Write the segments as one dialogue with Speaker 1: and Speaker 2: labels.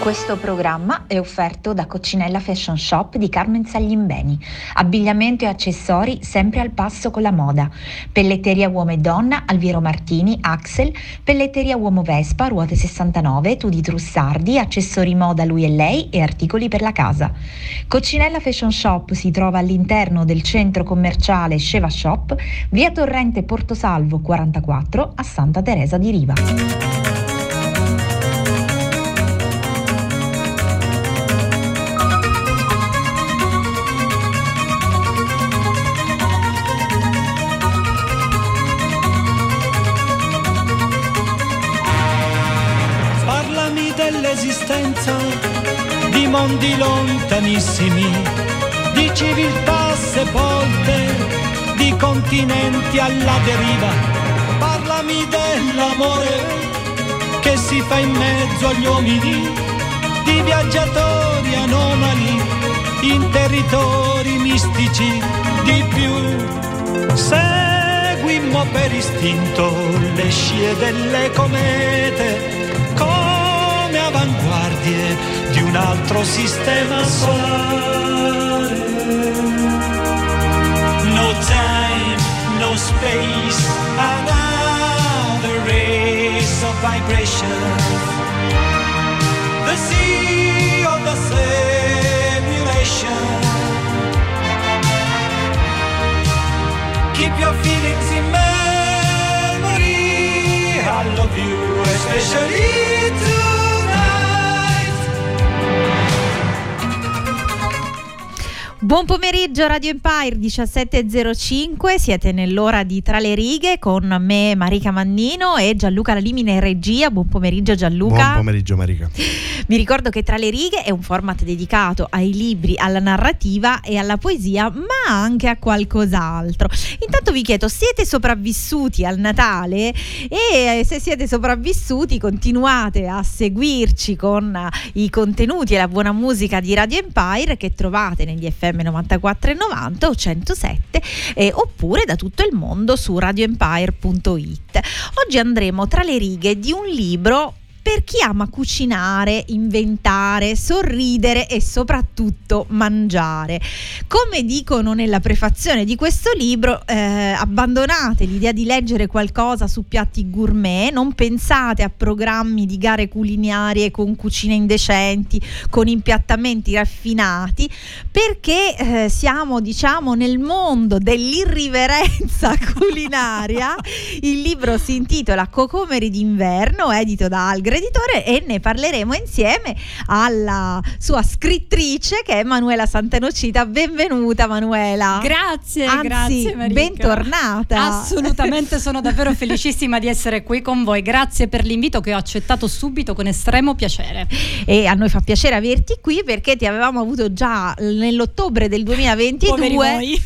Speaker 1: Questo programma è offerto da Coccinella Fashion Shop di Carmen Saglimbeni. Abbigliamento e accessori sempre al passo con la moda. Pelletteria uomo e donna, Alviero Martini, Axel. Pelletteria uomo Vespa, Ruote 69, Tudi Trussardi, accessori moda lui e lei e articoli per la casa. Coccinella Fashion Shop si trova all'interno del centro commerciale Sceva Shop, via Torrente Portosalvo 44 a Santa Teresa di Riva.
Speaker 2: Dell'esistenza di mondi lontanissimi, di civiltà sepolte, di continenti alla deriva. Parlami dell'amore che si fa in mezzo agli uomini, di viaggiatori anomali in territori mistici. Di più seguimmo per istinto le scie delle comete avanguardie di un altro sistema solare. No time, no space, another race of vibration. The sea of the simulation. Keep your feelings in memory. I love you, especially tonight.
Speaker 3: Buon pomeriggio Radio Empire, 17.05, siete nell'ora di Tra le righe con me Marica Mannino e Gianluca Lalimina in regia. Buon pomeriggio Gianluca.
Speaker 4: Buon pomeriggio Marica.
Speaker 3: Vi ricordo che Tra le righe è un format dedicato ai libri, alla narrativa e alla poesia, ma anche a qualcos'altro. Intanto vi chiedo, siete sopravvissuti al Natale? E se siete sopravvissuti continuate a seguirci con i contenuti e la buona musica di Radio Empire che trovate negli FM 94 e 90 o 107 oppure da tutto il mondo su radioempire.it. Oggi andremo tra le righe di un libro per chi ama cucinare, inventare, sorridere e soprattutto mangiare. Come dicono nella prefazione di questo libro, abbandonate l'idea di leggere qualcosa su piatti gourmet, non pensate a programmi di gare culinarie con cucine indecenti, con impiattamenti raffinati, perché siamo, diciamo, nel mondo dell'irriverenza culinaria. Il libro si intitola Cocomeri d'inverno, edito da Algre Editore, e ne parleremo insieme alla sua scrittrice che è Manuela Santanocita. Benvenuta Manuela.
Speaker 5: Grazie,
Speaker 3: anzi,
Speaker 5: grazie Marica.
Speaker 3: Bentornata.
Speaker 5: Assolutamente, sono davvero felicissima di essere qui con voi. Grazie per l'invito che ho accettato subito con estremo piacere.
Speaker 3: E a noi fa piacere averti qui perché ti avevamo avuto già nell'ottobre del 2022.
Speaker 5: Poveri voi.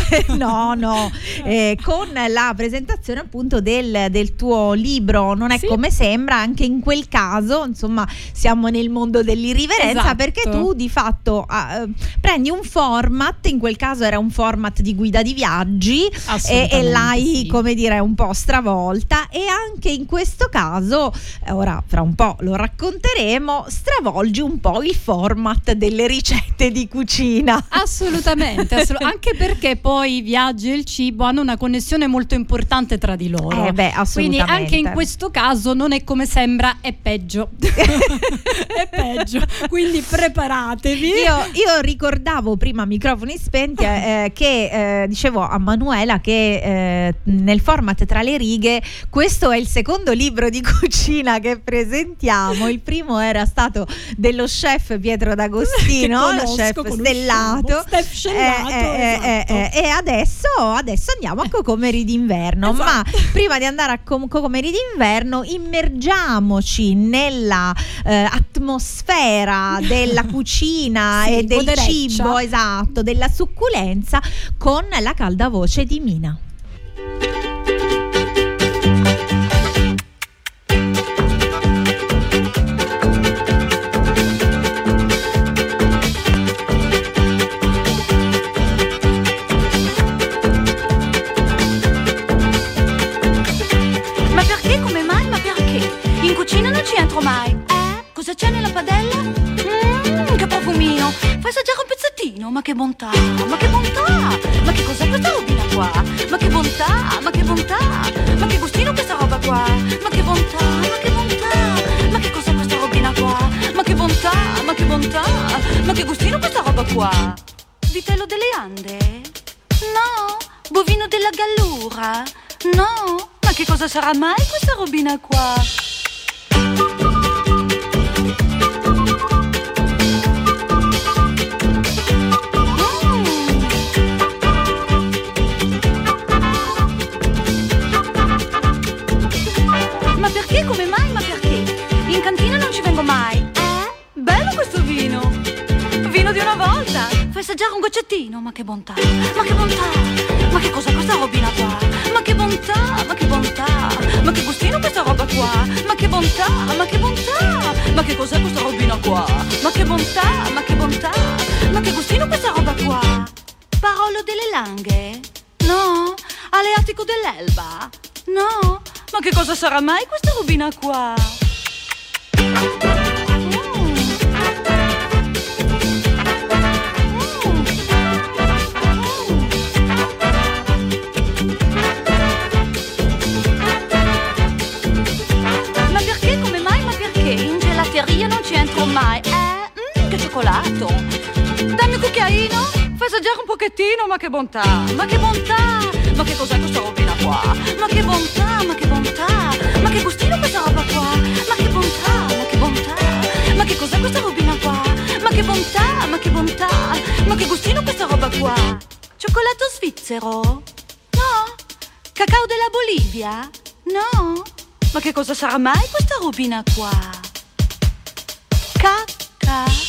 Speaker 3: Con la presentazione appunto del tuo libro Non è
Speaker 5: sì.
Speaker 3: come sembra. Anche in quel caso, insomma, siamo nel mondo dell'irriverenza,
Speaker 5: esatto.
Speaker 3: Perché tu di fatto prendi un format, in quel caso era un format di guida di viaggi e l'hai
Speaker 5: sì.
Speaker 3: come dire un po' stravolta, e anche in questo caso, ora fra un po' lo racconteremo, stravolgi un po' il format delle ricette di cucina.
Speaker 5: Assolutamente, anche perché poi i viaggi e il cibo hanno una connessione molto importante tra di loro.
Speaker 3: Assolutamente.
Speaker 5: Quindi anche in questo caso non è come sembra, è peggio. È peggio, quindi preparatevi.
Speaker 3: Io ricordavo prima, microfoni spenti, che dicevo a Manuela che nel format Tra le righe questo è il secondo libro di cucina che presentiamo. Il primo era stato dello chef Pietro D'Agostino, lo chef stellato,
Speaker 5: esatto.
Speaker 3: E adesso andiamo a Cocomeri d'inverno.
Speaker 5: Esatto.
Speaker 3: Ma prima di andare a Cocomeri d'inverno immergiamoci nella atmosfera della cucina
Speaker 5: sì,
Speaker 3: e del
Speaker 5: podereccia.
Speaker 3: cibo, esatto, della succulenza, con la calda voce di Mina.
Speaker 6: Ma perché? Come mai? Ma perché? In cucina non ci entro mai. Cosa c'è nella padella?
Speaker 4: goccetino, ma che bontà, ma che bontà, ma che cos'è questa robina qua? Ma che bontà, ma che bontà, ma che gustino questa roba qua? Ma che bontà, ma che bontà, ma che cos'è questa robina qua? Ma che bontà, ma che bontà, ma che gustino questa roba qua? Vitello delle Ande? No, bovino della Gallura? No, ma che cosa sarà mai questa robina qua? Ma perché? Come mai? Ma perché? In cantina non ci vengo mai. Bello questo vino! Vino di una volta! Fai assaggiare un goccettino, ma che bontà! Ma che bontà! Ma che cos'è questa robina qua? Ma che bontà! Ma che bontà! Ma che gustino questa roba qua? Ma che bontà! Ma che bontà! Ma che cos'è questa robina qua? Ma che bontà! Ma che bontà! Ma che gustino questa roba qua? Parolo delle Langhe? No? Aleatico dell'Elba? No? Ma che cosa sarà mai questa robina qua? Ma perché? Come mai? Ma perché? In gelateria non ci entro mai. Che cioccolato! Dammi un cucchiaino, fai assaggiare un pochettino, ma che bontà! Ma che bontà! Ma che cos'è questa robina qua? Ma che bontà, ma che bontà, ma che gustino questa roba qua? Ma che bontà, ma che bontà, ma che cos'è questa robina qua? Ma che bontà, ma che bontà, ma che gustino questa roba qua? Cioccolato svizzero? No? Cacao della Bolivia? No? Ma che cosa sarà mai questa robina qua? Cacca.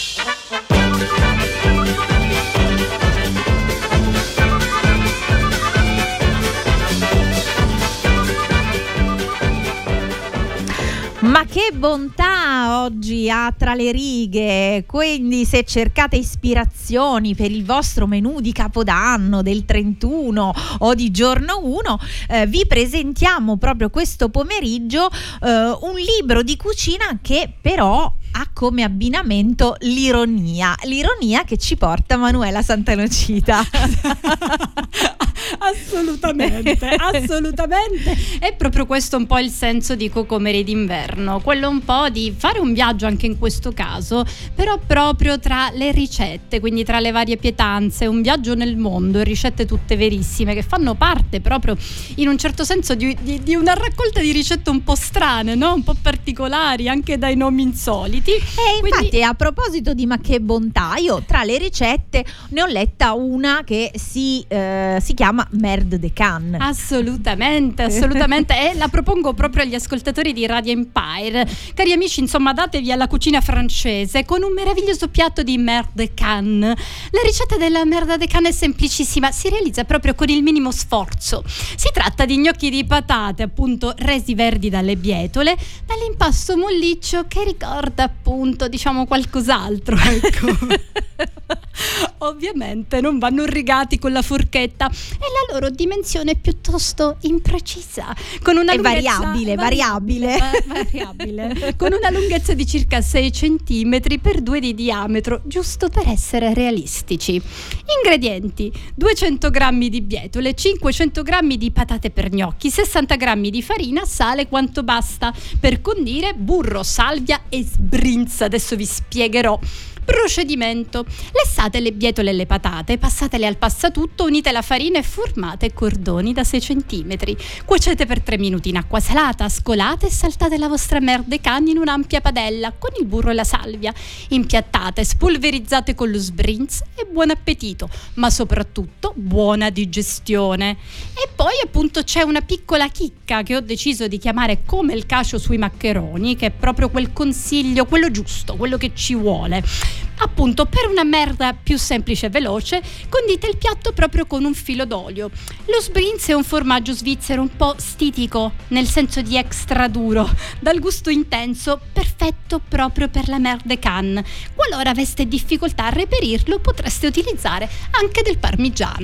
Speaker 3: Ma che bontà oggi ha Tra le righe, quindi se cercate ispirazioni per il vostro menù di Capodanno, del 31 o di giorno 1, vi presentiamo proprio questo pomeriggio un libro di cucina che però ha come abbinamento l'ironia che ci porta Manuela Santanocita.
Speaker 5: Assolutamente, assolutamente. È proprio questo un po' il senso di Cocomeri d'inverno, quello un po' di fare un viaggio anche in questo caso, però proprio tra le ricette, quindi tra le varie pietanze, un viaggio nel mondo e ricette tutte verissime che fanno parte proprio in un certo senso di una raccolta di ricette un po' strane, no? Un po' particolari, anche dai nomi insoliti.
Speaker 3: E infatti a proposito di ma che bontà, io tra le ricette ne ho letta una che si chiama Merde de Cannes.
Speaker 5: Assolutamente e la propongo proprio agli ascoltatori di Radio Empire. Cari amici, insomma, datevi alla cucina francese con un meraviglioso piatto di Merde de Cannes. La ricetta della Merde de Cannes è semplicissima, si realizza proprio con il minimo sforzo. Si tratta di gnocchi di patate, appunto resi verdi dalle bietole, dall'impasto molliccio che ricorda appunto, diciamo, qualcos'altro, ecco. Ovviamente non vanno irrigati con la forchetta e la loro dimensione è piuttosto imprecisa, con una
Speaker 3: variabile
Speaker 5: con una lunghezza di circa 6 cm per 2 di diametro, giusto per essere realistici. Ingredienti: 200 g di bietole, 500 g di patate per gnocchi, 60 g di farina, sale quanto basta. Per condire burro, salvia e sbrinz. Adesso vi spiegherò. Procedimento: lessate le bietole e le patate, passatele al passatutto, unite la farina e formate cordoni da 6 cm. Cuocete per 3 minuti in acqua salata, scolate e saltate la vostra Merde de Cannes in un'ampia padella con il burro e la salvia. Impiattate, spolverizzate con lo sbrinz e buon appetito, ma soprattutto buona digestione. E poi appunto c'è una piccola chicca che ho deciso di chiamare come il cacio sui maccheroni, che è proprio quel consiglio, quello giusto, quello che ci vuole. Appunto, per una merda più semplice e veloce, condite il piatto proprio con un filo d'olio. Lo sbrinz è un formaggio svizzero un po' stitico, nel senso di extra duro, dal gusto intenso, perfetto proprio per la Merde de Cannes. Qualora aveste difficoltà a reperirlo, potreste utilizzare anche del parmigiano.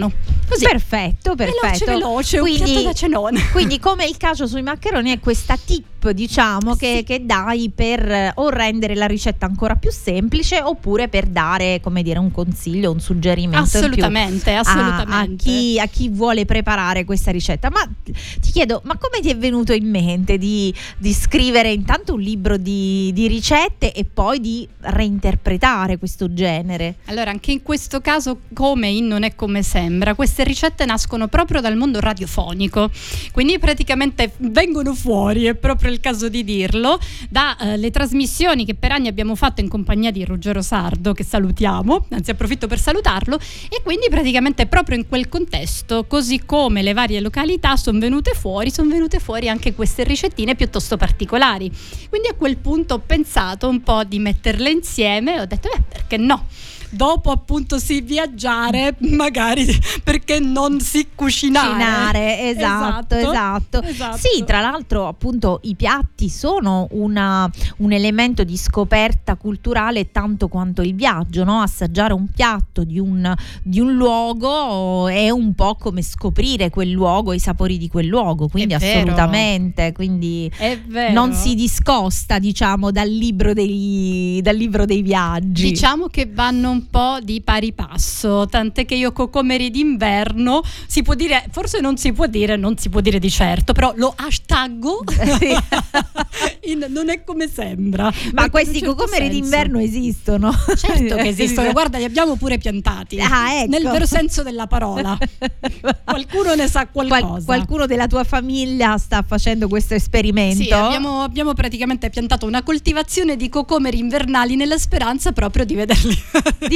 Speaker 5: Così.
Speaker 3: Perfetto.
Speaker 5: Veloce, un piatto da cenone.
Speaker 3: Quindi, come il cacio sui maccheroni, è questa tip, diciamo, che dai per o rendere la ricetta ancora più semplice, oppure per dare, come dire, un consiglio, un suggerimento
Speaker 5: assolutamente
Speaker 3: a chi vuole preparare questa ricetta. Ma ti chiedo, ma come ti è venuto in mente di scrivere intanto un libro di ricette e poi di reinterpretare questo genere?
Speaker 5: Allora, anche in questo caso, come in Non è come sembra, queste ricette nascono proprio dal mondo radiofonico, quindi praticamente vengono fuori, è proprio il caso di dirlo, dalle trasmissioni che per anni abbiamo fatto in compagnia di Ruggero Sardo, che salutiamo, anzi approfitto per salutarlo, e quindi praticamente proprio in quel contesto, così come le varie località sono venute fuori anche queste ricettine piuttosto particolari. Quindi a quel punto ho pensato un po' di metterle insieme e ho detto perché no? Dopo appunto viaggiare, magari perché non cucinare.
Speaker 3: Esatto. Sì, tra l'altro appunto i piatti sono un elemento di scoperta culturale tanto quanto il viaggio, no? Assaggiare un piatto di un luogo è un po' come scoprire quel luogo, i sapori di quel luogo, quindi assolutamente, quindi non si discosta, diciamo, dal libro dei viaggi.
Speaker 5: Diciamo che vanno un po' di pari passo, tant'è che io cocomeri d'inverno, si può dire, forse non si può dire di certo, però lo hashtaggo non è come sembra.
Speaker 3: Ma questi cocomeri d'inverno esistono?
Speaker 5: Certo che esistono, guarda, li abbiamo pure piantati,
Speaker 3: ecco.
Speaker 5: Nel vero senso della parola. Qualcuno ne sa qualcosa.
Speaker 3: Qualcuno della tua famiglia sta facendo questo esperimento?
Speaker 5: Sì, abbiamo praticamente piantato una coltivazione di cocomeri invernali nella speranza proprio di vederli di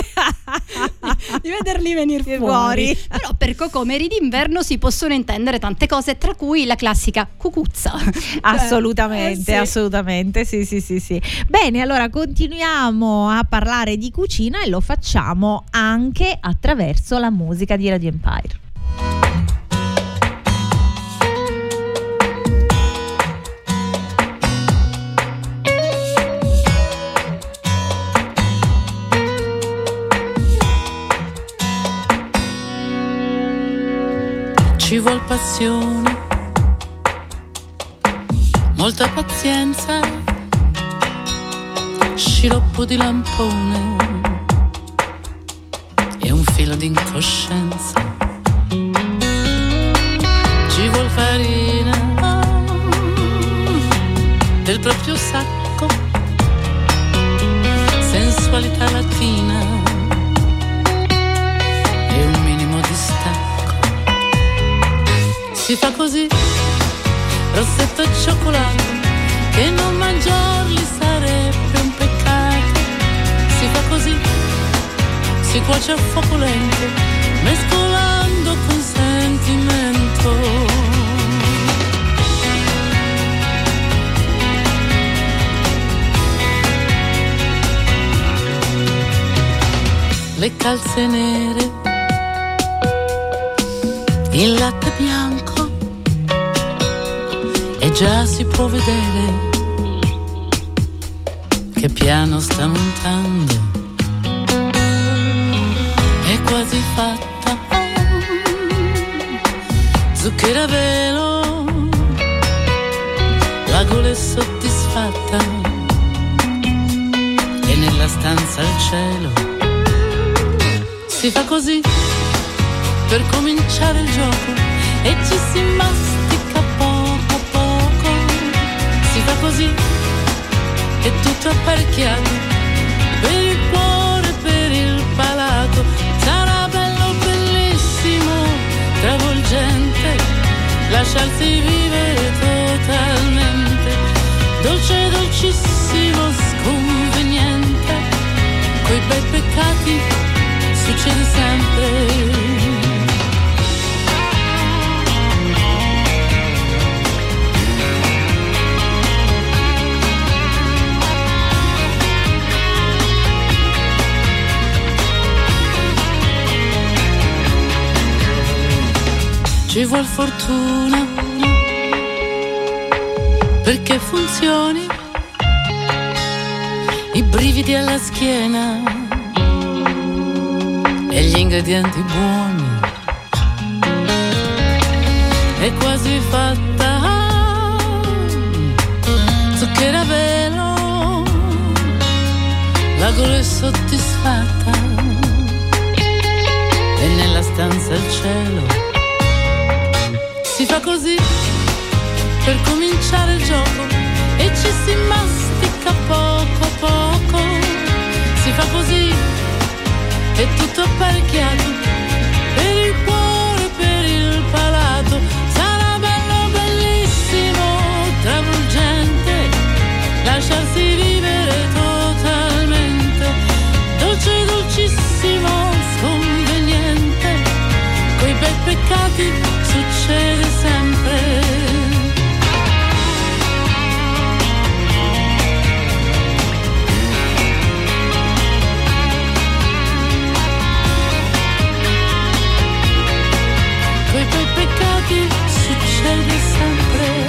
Speaker 5: vederli venire fuori. Però per cocomeri d'inverno si possono intendere tante cose, tra cui la classica cucuzza.
Speaker 3: Assolutamente, sì. Bene, allora continuiamo a parlare di cucina e lo facciamo anche attraverso la musica di Radio Empire.
Speaker 6: Ci vuol passione, molta pazienza, sciroppo di lampone e un filo di incoscienza. Ci vuol farina del proprio sacco, sensualità latina e un minimo di stacco. Si fa così, rossetto e cioccolato, che non mangiarli sarebbe un peccato. Si fa così, si cuoce a fuoco lento, mescolando con sentimento. Le calze nere, il latte bianco, e già si può vedere che piano sta montando. È quasi fatta, zucchero a velo, la gola è soddisfatta e nella stanza al cielo. Si fa così per cominciare il gioco e ci si mastica poco a poco. Si fa così e tutto apparecchiato per il cuore, per il palato. Sarà bello, bellissimo, travolgente, lasciarsi vivere totalmente. Dolce, dolcissimo, sconveniente, coi bei peccati succede sempre. Ci vuol fortuna perché funzioni, i brividi alla schiena e gli ingredienti buoni. è quasi fatta, zucchero a velo, la gola è soddisfatta e nella stanza il cielo si fa così per cominciare il gioco e ci si mastica poco a poco, si fa così e tutto apparecchiato per il cuore, per il palato, sarà bello, bellissimo, travolgente, lasciarsi vivere totalmente, dolce, dolcissimo, sconveniente, coi bei peccati succede sempre. Coi tuoi peccati succede sempre.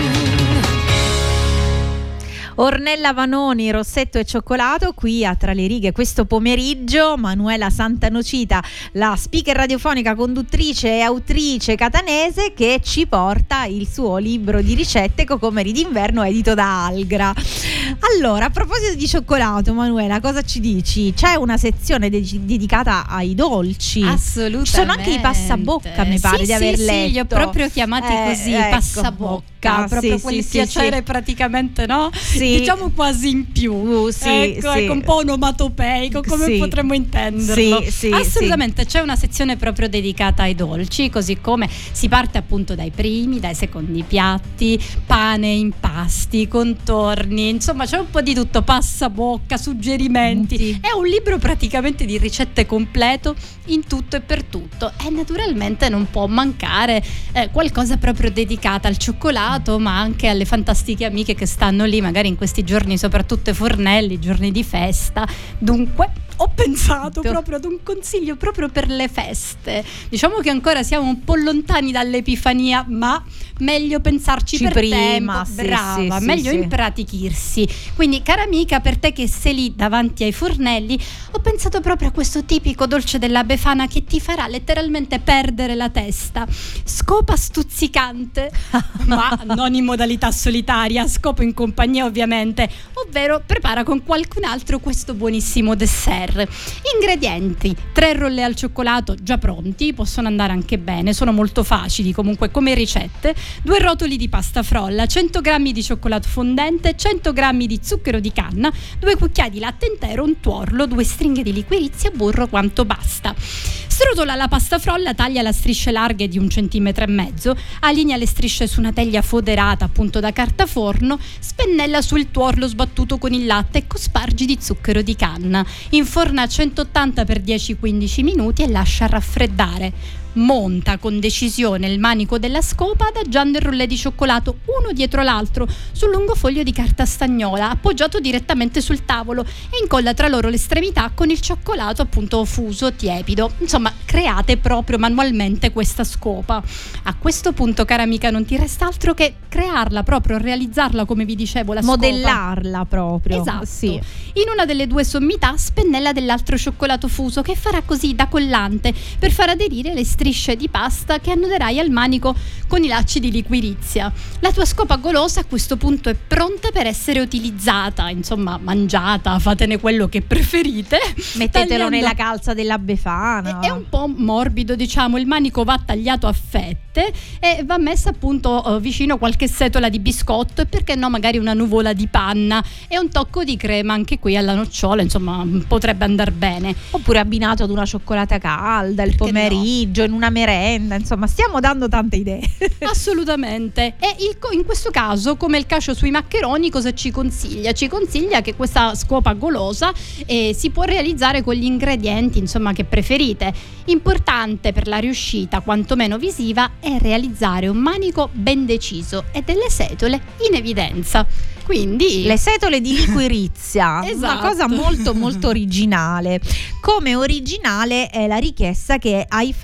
Speaker 3: Ornella Vanoni, Rossetto e Cioccolato, qui a Tra le righe questo pomeriggio. Manuela Santanocita, la speaker radiofonica, conduttrice e autrice catanese, che ci porta il suo libro di ricette, Cocomeri d'inverno, edito da Algra. Allora, a proposito di cioccolato, Manuela, cosa ci dici? C'è una sezione dedicata ai dolci.
Speaker 5: Assolutamente.
Speaker 3: Ci sono anche i passabocca, mi pare di aver letto.
Speaker 5: Sì, li ho proprio chiamati così,
Speaker 3: ecco,
Speaker 5: passabocca, proprio quel piacere praticamente, no?
Speaker 3: Sì.
Speaker 5: Diciamo quasi in più.
Speaker 3: Sì,
Speaker 5: ecco,
Speaker 3: sì.
Speaker 5: ecco, un po' onomatopeico, come potremmo intenderlo.
Speaker 3: Sì,
Speaker 5: assolutamente, c'è una sezione proprio dedicata ai dolci, così come si parte appunto dai primi, dai secondi piatti, pane, impasti, contorni, insomma c'è un po' di tutto, passabocca, suggerimenti. È un libro praticamente di ricette completo in tutto e per tutto, e naturalmente non può mancare qualcosa proprio dedicata al cioccolato, ma anche alle fantastiche amiche che stanno lì magari in questi giorni, soprattutto ai fornelli, giorni di festa. Dunque ho pensato proprio ad un consiglio proprio per le feste. Diciamo che ancora siamo un po' lontani dall'Epifania, ma meglio pensarci per
Speaker 3: prima,
Speaker 5: tempo. Brava, meglio impratichirsi. Quindi, cara amica, per te che sei lì davanti ai fornelli, ho pensato proprio a questo tipico dolce della Befana che ti farà letteralmente perdere la testa. Scopa stuzzicante, ma non in modalità solitaria, scopo in compagnia ovviamente, ovvero prepara con qualcun altro questo buonissimo dessert. Ingredienti: 3 rolle al cioccolato già pronti, possono andare anche bene, sono molto facili comunque come ricette, 2 rotoli di pasta frolla, 100 g di cioccolato fondente, 100 g di zucchero di canna, 2 cucchiai di latte intero, un tuorlo, 2 stringhe di liquirizia, burro quanto basta. Srotola la pasta frolla, taglia a strisce larghe di 1,5 cm, allinea le strisce su una teglia foderata appunto da carta forno, spennella sul tuorlo sbattuto con il latte e cospargi di zucchero di canna. Inforna a 180 per 10-15 minuti e lascia raffreddare. Monta con decisione il manico della scopa adagiando il rollè di cioccolato uno dietro l'altro sul lungo foglio di carta stagnola appoggiato direttamente sul tavolo e incolla tra loro l'estremità con il cioccolato appunto fuso, tiepido. Insomma, create proprio manualmente questa scopa. A questo punto, cara amica, non ti resta altro che crearla proprio, realizzarla, come vi dicevo, la
Speaker 3: modellarla
Speaker 5: scopa.
Speaker 3: proprio.
Speaker 5: Esatto.
Speaker 3: Sì.
Speaker 5: In una delle 2 sommità spennella dell'altro cioccolato fuso che farà così da collante per far aderire le strisce di pasta che annoderai al manico con i lacci di liquirizia. La tua scopa golosa a questo punto è pronta per essere utilizzata, insomma mangiata, fatene quello che preferite.
Speaker 3: Mettetelo nella calza della Befana.
Speaker 5: È un po' morbido, diciamo, il manico va tagliato a fette e va messa appunto vicino qualche setola di biscotto e perché no magari una nuvola di panna e un tocco di crema anche qui alla nocciola, insomma potrebbe andar bene.
Speaker 3: Oppure abbinato ad una cioccolata calda il pomeriggio, no, in una merenda, insomma stiamo dando tante idee.
Speaker 5: Assolutamente. E in questo caso, come il cacio sui maccheroni, cosa ci consiglia? Ci consiglia che questa scopa golosa si può realizzare con gli ingredienti insomma che preferite. Importante per la riuscita quantomeno visiva è realizzare un manico ben deciso e delle setole in evidenza. Quindi
Speaker 3: le setole di liquirizia,
Speaker 5: esatto.
Speaker 3: Una cosa molto molto originale. Come originale è la richiesta che hai fatto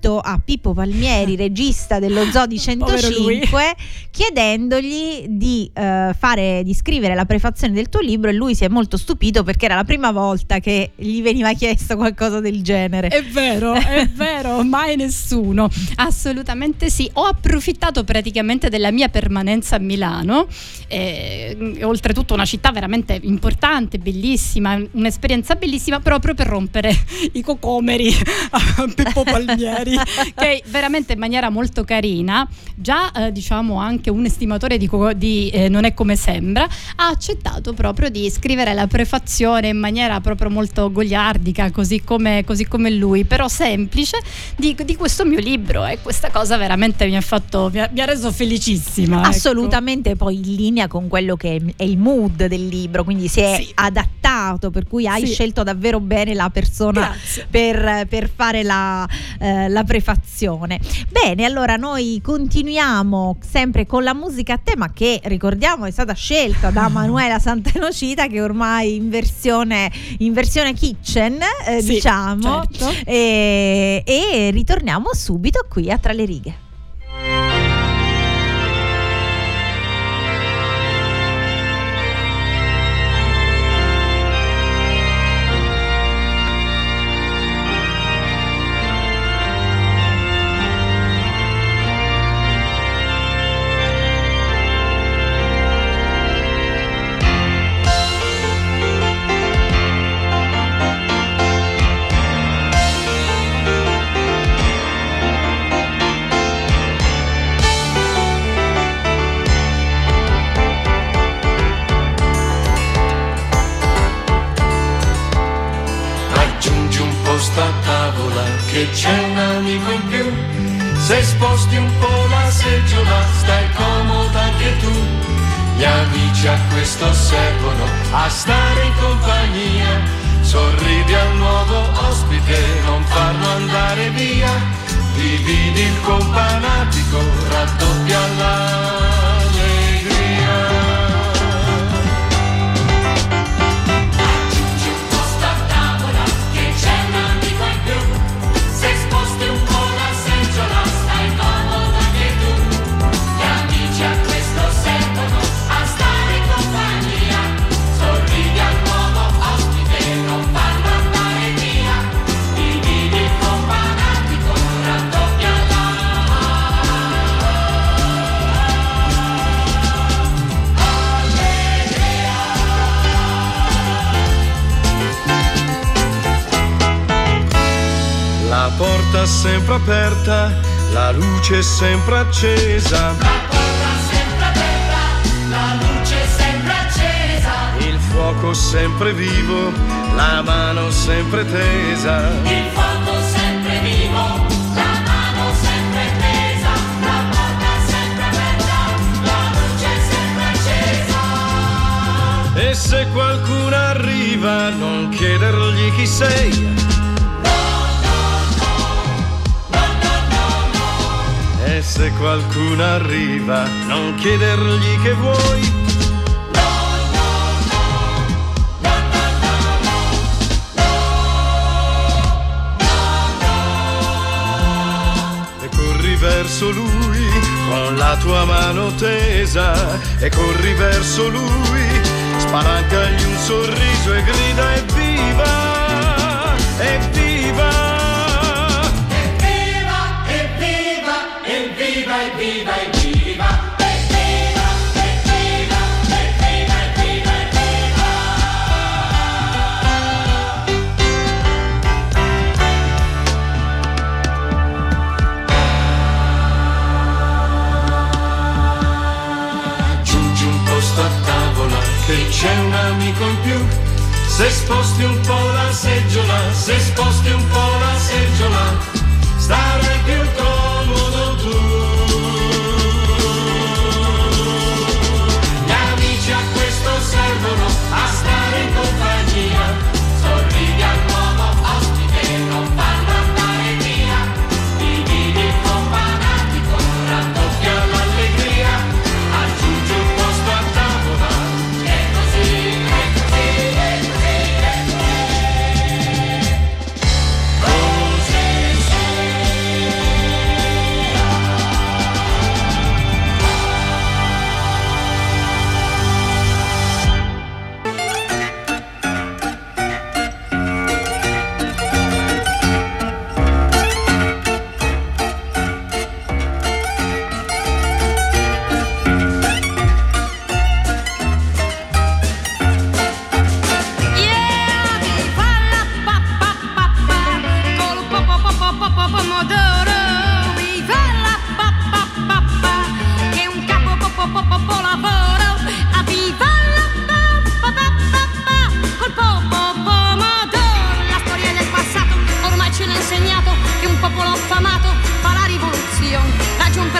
Speaker 3: scritto a Pippo Palmieri, regista dello Zoo di 105, chiedendogli di scrivere la prefazione del tuo libro, e lui si è molto stupito perché era la prima volta che gli veniva chiesto qualcosa del genere.
Speaker 5: È vero, mai nessuno. Assolutamente sì. Ho approfittato praticamente della mia permanenza a Milano, oltretutto una città veramente importante, bellissima, un'esperienza bellissima, proprio per rompere i cocomeri a Pippo Palmieri, che veramente in maniera molto carina, già diciamo anche un estimatore di Non è come sembra, ha accettato proprio di scrivere la prefazione in maniera proprio molto goliardica, così come lui, però semplice, di questo mio libro, e questa cosa veramente mi ha reso felicissima.
Speaker 3: Assolutamente, ecco. Poi in linea con quello che è il mood del libro, quindi si è adattato, per cui hai scelto davvero bene la persona per fare la prefazione. Bene, allora noi continuiamo sempre con la musica a tema, che ricordiamo è stata scelta da Manuela Santanocita, che ormai in versione kitchen, diciamo, certo. E ritorniamo subito qui a Tra le righe.
Speaker 7: A tavola che c'è un amico in più, se sposti un po' la seggiola stai comoda anche tu. Gli amici a questo servono, a stare in compagnia, sorridi al nuovo ospite, non farlo andare via, dividi il companatico, raddoppia l'allegria.
Speaker 2: La porta sempre aperta, la luce sempre accesa.
Speaker 7: La porta sempre aperta, la luce sempre accesa.
Speaker 2: Il fuoco sempre vivo, la mano sempre tesa.
Speaker 7: Il fuoco sempre vivo, la mano sempre tesa. La porta sempre aperta, la luce sempre accesa.
Speaker 2: E se qualcuno arriva, non chiedergli chi sei. E se qualcuno arriva, non chiedergli che vuoi. E corri verso lui con la tua mano tesa. E corri verso lui, spalancagli un sorriso e grida evviva, evviva.
Speaker 7: Evviva, evviva, evviva, evviva, evviva, evviva, evviva, evviva. Aggiungi un posto a tavola che c'è un amico in più, se sposti un po' la seggiola, se sposti un po' la seggiola, starai più comodo tu. Gli amici a questo servono, a stare in compagnia, sorridi al nuovo ospite, non farlo andare via, dividi il companatico, raddoppia l'allegria, aggiungi un posto a tavola, e così, e così, e così, e così.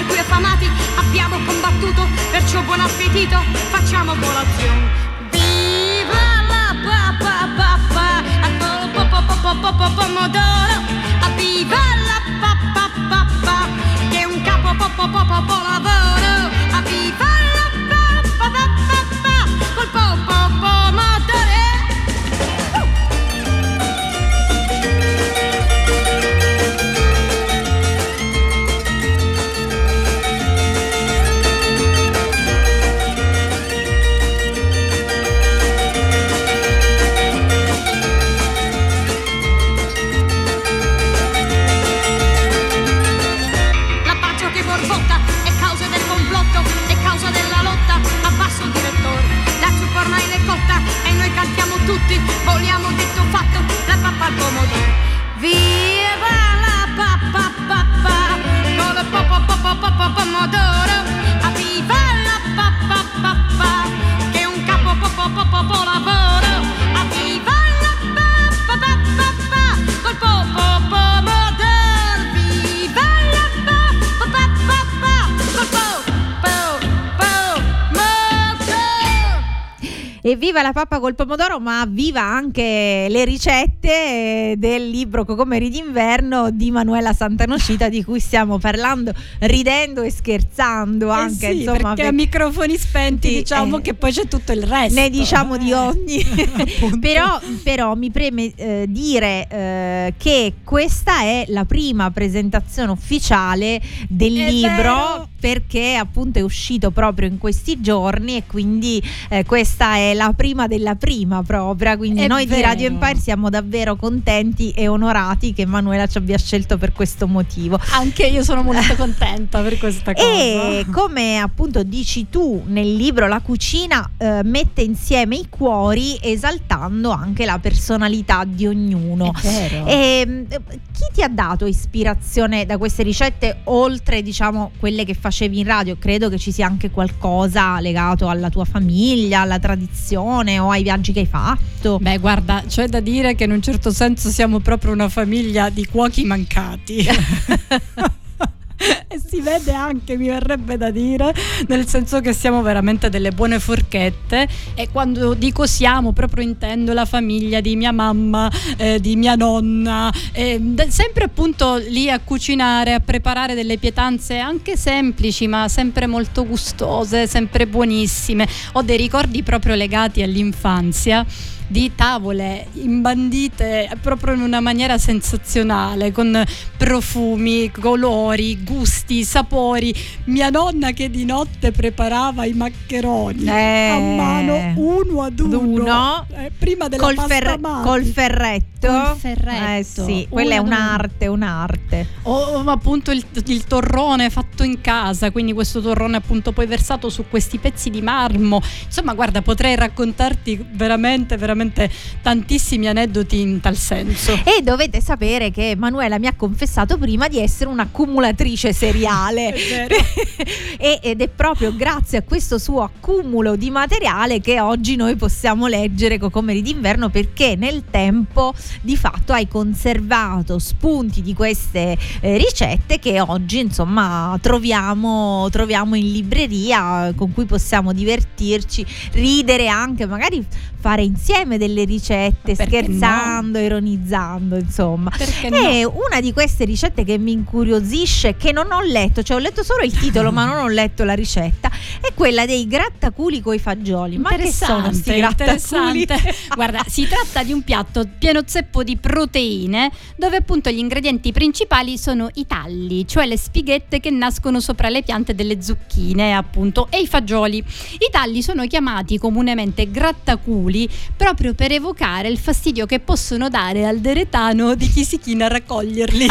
Speaker 8: cui affamati abbiamo combattuto, perciò buon appetito, facciamo colazione. Viva la papà, pomodoro, viva la papà, che è un capo lavoro, viva la papà, col pomodoro. Tutti vogliamo detto fatto, la pappa al pomodoro. Viva la papà, con il pomodoro. Viva la papà, che è un capo lavoro. Viva la papà, col pomodoro. Viva la papà, col
Speaker 3: Evviva la pappa col pomodoro, ma viva anche le ricette del libro Cocomeri d'inverno di Manuela Santanocita, di cui stiamo parlando ridendo e scherzando anche,
Speaker 5: sì,
Speaker 3: insomma,
Speaker 5: perché a microfoni spenti diciamo che poi c'è tutto il resto.
Speaker 3: Ne diciamo di ogni. però mi preme dire che questa è la prima presentazione ufficiale del libro,
Speaker 5: vero,
Speaker 3: perché appunto è uscito proprio in questi giorni e quindi questa è la prima della prima propria, quindi
Speaker 5: è
Speaker 3: noi
Speaker 5: vero.
Speaker 3: di Radio Empire siamo davvero contenti e onorati che Manuela ci abbia scelto per questo motivo.
Speaker 5: Anche io sono molto contenta per questa cosa.
Speaker 3: E come appunto dici tu nel libro, la cucina mette insieme i cuori, esaltando anche la personalità di ognuno.
Speaker 5: È vero.
Speaker 3: Chi ti ha dato ispirazione da queste ricette, oltre diciamo quelle che facevi in radio? Credo che ci sia anche qualcosa legato alla tua famiglia, alla tradizione o ai viaggi che hai fatto.
Speaker 5: Beh, guarda, c'è da dire che in un certo senso siamo proprio una famiglia di cuochi mancati. E si vede anche, mi verrebbe da dire, nel senso che siamo veramente delle buone forchette, e quando dico siamo proprio intendo la famiglia di mia mamma, di mia nonna, sempre appunto lì a cucinare, a preparare delle pietanze anche semplici ma sempre molto gustose, sempre buonissime. Ho dei ricordi proprio legati all'infanzia, di tavole imbandite proprio in una maniera sensazionale, con profumi, colori, gusti, sapori. Mia nonna che di notte preparava i maccheroni a mano, uno ad uno, prima della pasta mate.
Speaker 3: Col ferretto. Sì, quella è un'arte.
Speaker 5: O appunto il torrone fatto in casa, quindi questo torrone appunto poi versato su questi pezzi di marmo. Insomma, guarda, potrei raccontarti veramente tantissimi aneddoti in tal senso.
Speaker 3: E dovete sapere che Manuela mi ha confessato prima di essere un'accumulatrice seriale. Ed è proprio grazie a questo suo accumulo di materiale che oggi noi possiamo leggere Cocomeri d'inverno, perché nel tempo di fatto hai conservato spunti di queste ricette che oggi insomma troviamo in libreria, con cui possiamo divertirci, ridere, anche magari fare insieme delle ricette, scherzando, ironizzando, insomma. E una di queste ricette che mi incuriosisce, che non ho letto, cioè ho letto solo il titolo ma non ho letto la ricetta, è quella dei grattaculi coi fagioli. Ma che sono questi grattaculi?
Speaker 5: Guarda, si tratta di un piatto pieno zeppo di proteine, dove appunto gli ingredienti principali sono i talli, cioè le spighette che nascono sopra le piante delle zucchine appunto, e i fagioli. I talli sono chiamati comunemente grattaculi proprio per evocare il fastidio che possono dare al deretano di chi si china a raccoglierli.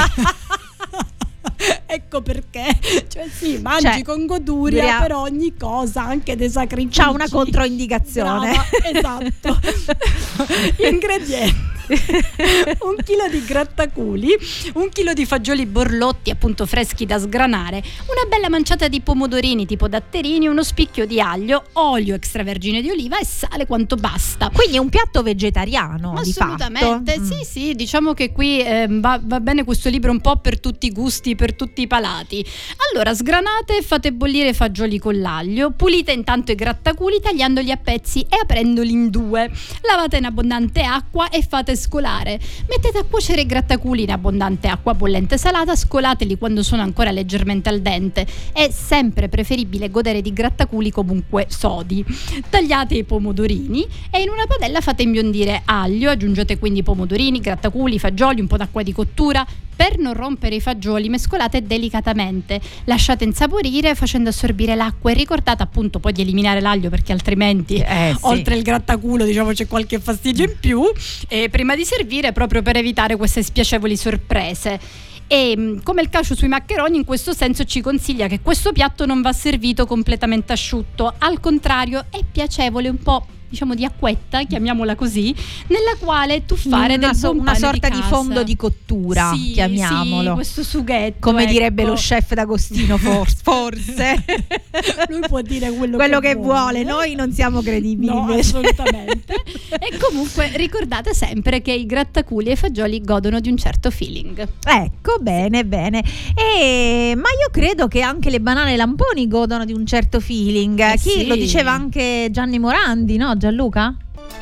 Speaker 5: Ecco perché, cioè sì, mangi con goduria per ogni cosa, anche dei sacrifici.
Speaker 3: C'ha una controindicazione.
Speaker 5: Brava, esatto. Ingredienti. un chilo di grattaculi, un chilo di fagioli borlotti appunto freschi da sgranare, una bella manciata di pomodorini tipo datterini, uno spicchio di aglio, olio extravergine di oliva e sale quanto basta.
Speaker 3: Quindi è un piatto vegetariano,
Speaker 5: assolutamente,
Speaker 3: di fatto.
Speaker 5: sì, diciamo che qui va bene questo libro un po' per tutti i gusti, per tutti i palati. Allora sgranate e fate bollire i fagioli con l'aglio, pulite intanto i grattaculi tagliandoli a pezzi e aprendoli in due, lavate in abbondante acqua e fate scolare, mettete a cuocere i grattaculi in abbondante acqua bollente salata, scolateli quando sono ancora leggermente al dente, è sempre preferibile godere di grattaculi comunque sodi. Tagliate i pomodorini e in una padella fate imbiondire aglio, aggiungete quindi pomodorini, grattaculi, fagioli, un po' d'acqua di cottura. Per non rompere i fagioli mescolate delicatamente, lasciate insaporire facendo assorbire l'acqua e ricordate appunto poi di eliminare l'aglio perché altrimenti
Speaker 3: sì,
Speaker 5: oltre il grattaculo diciamo c'è qualche fastidio in più, prima di servire, proprio per evitare queste spiacevoli sorprese. E come il cacio sui maccheroni, in questo senso ci consiglia che questo piatto non va servito completamente asciutto, al contrario è piacevole un po' diciamo di acquetta, chiamiamola così, nella quale tuffare
Speaker 3: una sorta di fondo di cottura,
Speaker 5: sì,
Speaker 3: chiamiamolo.
Speaker 5: Sì, questo sughetto,
Speaker 3: come
Speaker 5: ecco.
Speaker 3: Direbbe lo chef d'Agostino, forse.
Speaker 5: Lui può dire quello
Speaker 3: che vuole, noi non siamo credibili.
Speaker 5: No,
Speaker 3: invece.
Speaker 5: assolutamente. E comunque ricordate sempre che i grattaculi e i fagioli godono di un certo feeling.
Speaker 3: Ecco, bene. Ma io credo che anche le banane lamponi godono di un certo feeling.
Speaker 5: Sì.
Speaker 3: Lo diceva anche Gianni Morandi, no Gianluca?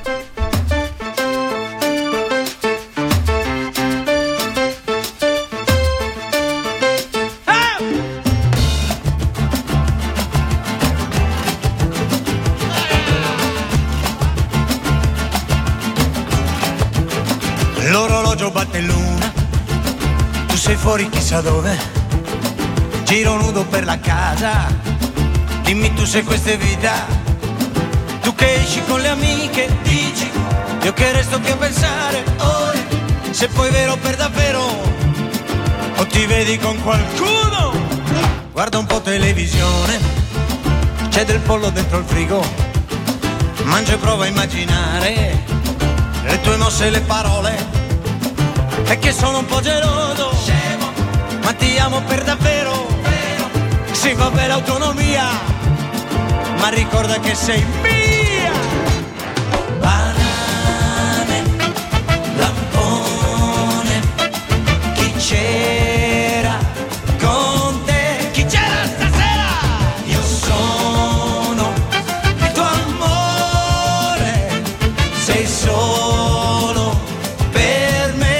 Speaker 9: L'orologio batte l'una, tu sei fuori chissà dove, giro nudo per la casa, dimmi tu se questa è vita. Tu che esci con le amiche, dici, io che resto qui a pensare, ore, se poi è vero per davvero, o ti vedi con qualcuno. Guarda un po' televisione, c'è del pollo dentro il frigo, mangia e prova a immaginare le tue mosse e le parole, è che sono un po' geloso, ma ti amo per davvero, sì vabbè l'autonomia, ma ricorda che sei mia. Banane, lampone, chi c'era con te? Chi c'era stasera? Io sono il tuo amore, sei solo per me.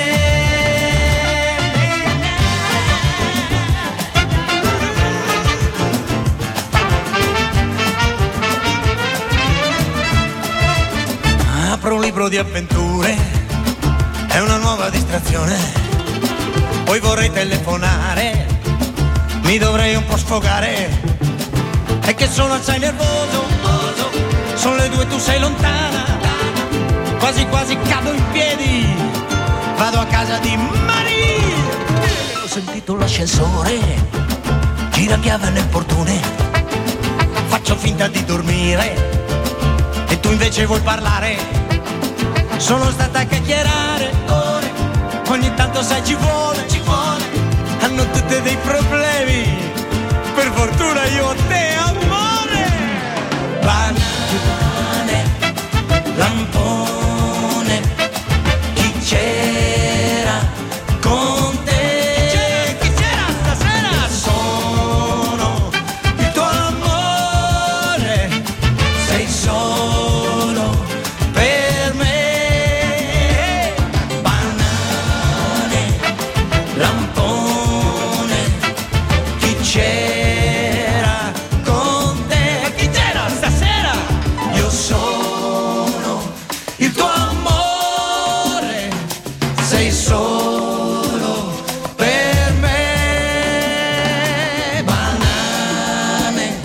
Speaker 9: Apro un libro di avventure, è una nuova distrazione, poi vorrei telefonare, mi dovrei un po' sfogare, è che sono assai nervoso, sono le 2, tu sei lontana, quasi quasi cado in piedi, vado a casa di Maria. Ho sentito l'ascensore, gira chiave nel portone, faccio finta di dormire e tu invece vuoi parlare. Sono stata a chiacchierare ore, ogni tanto sai ci vuole, hanno tutte dei problemi, per fortuna io ho te amore. Banane, lampone, chi c'era con te? Chi c'era stasera? Sono il tuo amore, sei solo per me. C'era con te, chi c'era stasera? Io sono il tuo amore, sei solo per me. Banane,